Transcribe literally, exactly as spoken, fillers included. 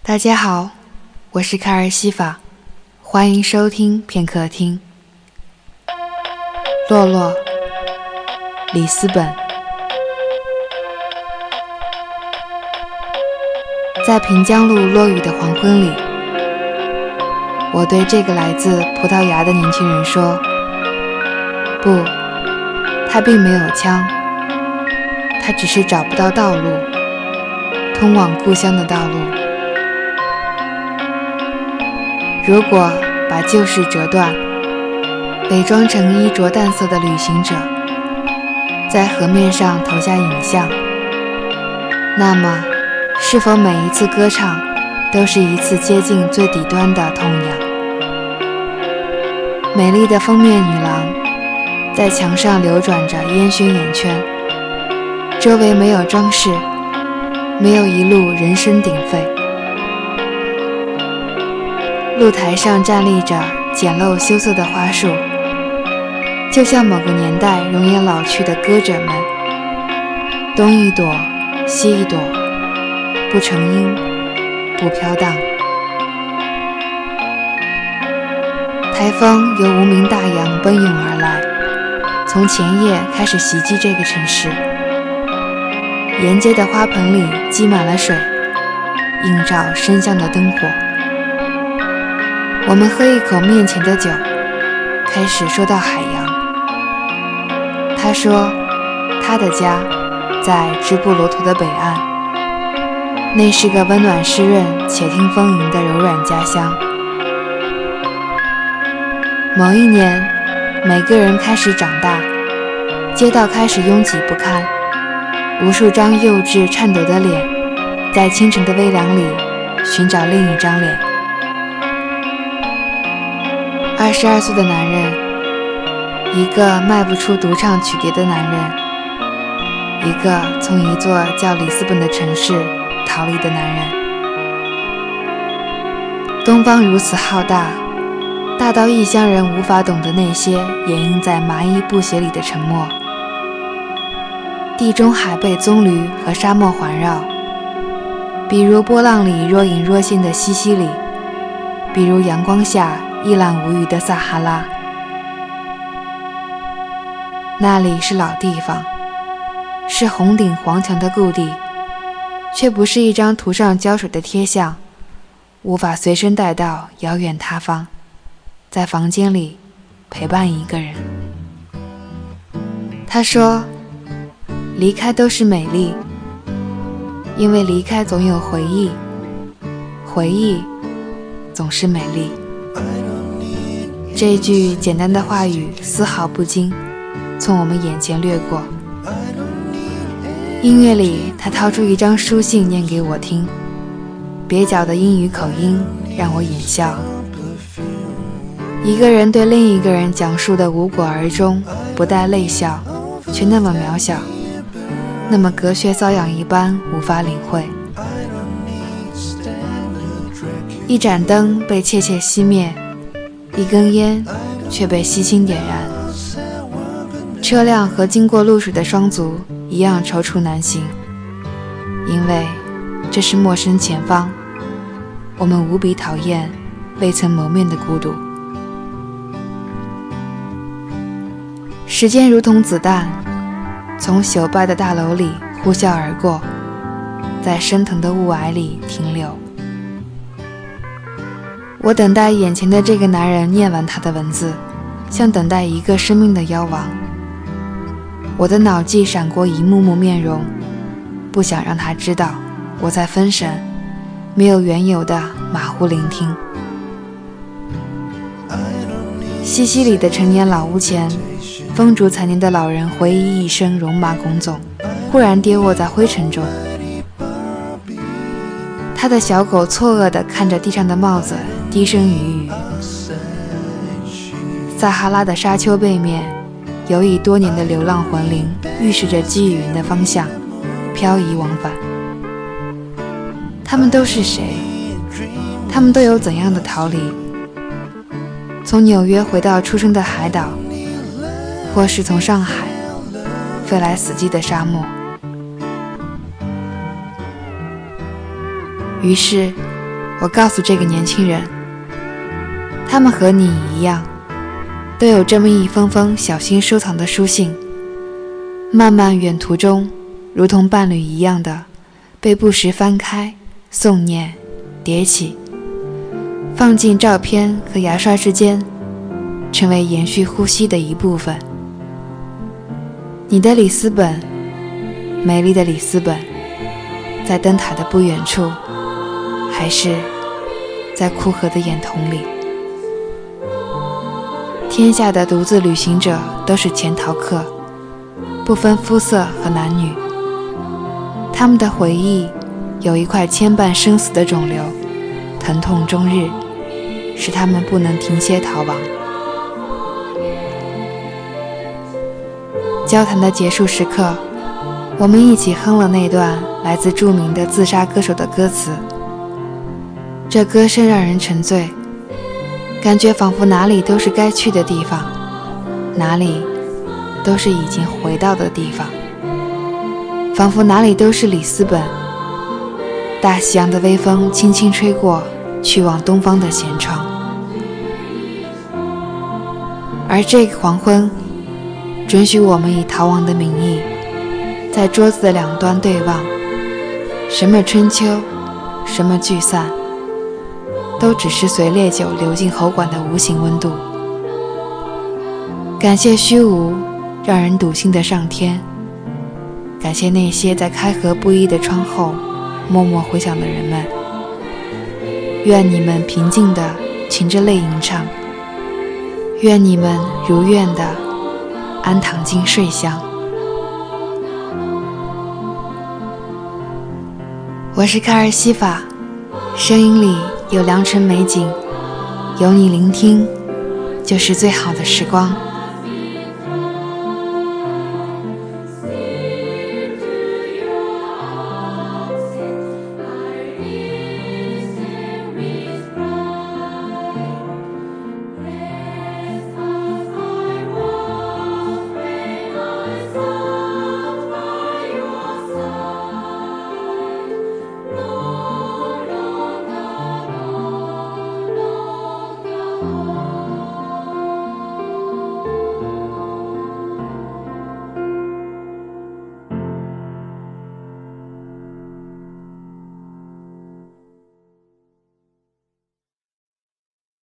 大家好，我是卡尔西法，欢迎收听片刻听。洛洛，里斯本。在平江路落雨的黄昏里，我对这个来自葡萄牙的年轻人说，不，他并没有枪，他只是找不到道路，通往故乡的道路。如果把旧事折断，伪装成衣着淡色的旅行者，在河面上投下影像，那么是否每一次歌唱都是一次接近最底端的痛痒？美丽的封面女郎在墙上流转着烟熏眼圈，周围没有装饰，没有一路人声鼎沸。露台上站立着简陋羞涩的花束，就像某个年代容颜老去的歌者们，东一朵西一朵，不成音，不飘荡。台风由无名大洋奔涌而来，从前夜开始袭击这个城市。沿街的花盆里积满了水，映照深巷的灯火。我们喝一口面前的酒，开始说到海洋。他说他的家在直布罗陀的北岸，那是个温暖湿润且听风吟的柔软家乡。某一年，每个人开始长大，街道开始拥挤不堪，无数张幼稚颤抖的脸在清晨的微凉里寻找另一张脸。二十二岁的男人，一个卖不出独唱曲碟的男人，一个从一座叫里斯本的城市逃离的男人。东方如此浩大，大到异乡人无法懂得那些掩映在麻衣布鞋里的沉默。地中海被棕榈和沙漠环绕，比如波浪里若隐若现的西西里，比如阳光下一览无余的撒哈拉。那里是老地方，是红顶黄墙的故地，却不是一张涂上胶水的贴像，无法随身带到遥远他方，在房间里陪伴一个人。他说，离开都是美丽，因为离开总有回忆，回忆总是美丽。这句简单的话语丝毫不经从我们眼前掠过。音乐里，他掏出一张书信念给我听，蹩脚的英语口音让我眼笑。一个人对另一个人讲述的无果而终，不带泪笑，却那么渺小，那么隔靴搔痒一般无法领会。一盏灯被窃窃熄灭，一根烟却被悉心点燃。车辆和经过露水的双足一样踌躇难行，因为这是陌生前方，我们无比讨厌未曾谋面的孤独。时间如同子弹，从朽败的大楼里呼啸而过，在升腾的雾霭里停留。我等待眼前的这个男人念完他的文字，像等待一个生命的夭亡。我的脑际闪过一幕幕面容，不想让他知道我在分神，没有缘由的马虎聆听。西西里的陈年老屋前，风烛残年的老人回忆一生戎马倥偬，忽然跌卧在灰尘中。他的小狗错愕地看着地上的帽子，低声语语。撒哈拉的沙丘背面，有以多年的流浪魂灵预示着积雨云的方向，漂移往返。他们都是谁？他们都有怎样的逃离？从纽约回到出生的海岛，或是从上海飞来死寂的沙漠。于是我告诉这个年轻人，他们和你一样，都有这么一封封小心收藏的书信，漫漫远途中如同伴侣一样的被不时翻开、诵念、叠起，放进照片和牙刷之间，成为延续呼吸的一部分。你的里斯本，美丽的里斯本，在灯塔的不远处，还是在库河的眼瞳里。天下的独自旅行者都是潜逃客，不分肤色和男女。他们的回忆有一块牵绊生死的肿瘤，疼痛终日，使他们不能停歇逃亡。交谈的结束时刻，我们一起哼了那段来自著名的自杀歌手的歌词。这歌声让人沉醉，感觉仿佛哪里都是该去的地方，哪里都是已经回到的地方，仿佛哪里都是里斯本。大西洋的微风轻轻吹过去往东方的舷窗，而这个黄昏准许我们以逃亡的名义在桌子的两端对望，什么春秋，什么聚散，都只是随烈酒流进喉管的无形温度。感谢虚无让人笃信的上天，感谢那些在开合不一的窗后默默回响的人们。愿你们平静地噙着泪吟唱，愿你们如愿地安躺进睡乡。我是卡尔西法，声音里有良辰美景，有你聆听就是最好的时光。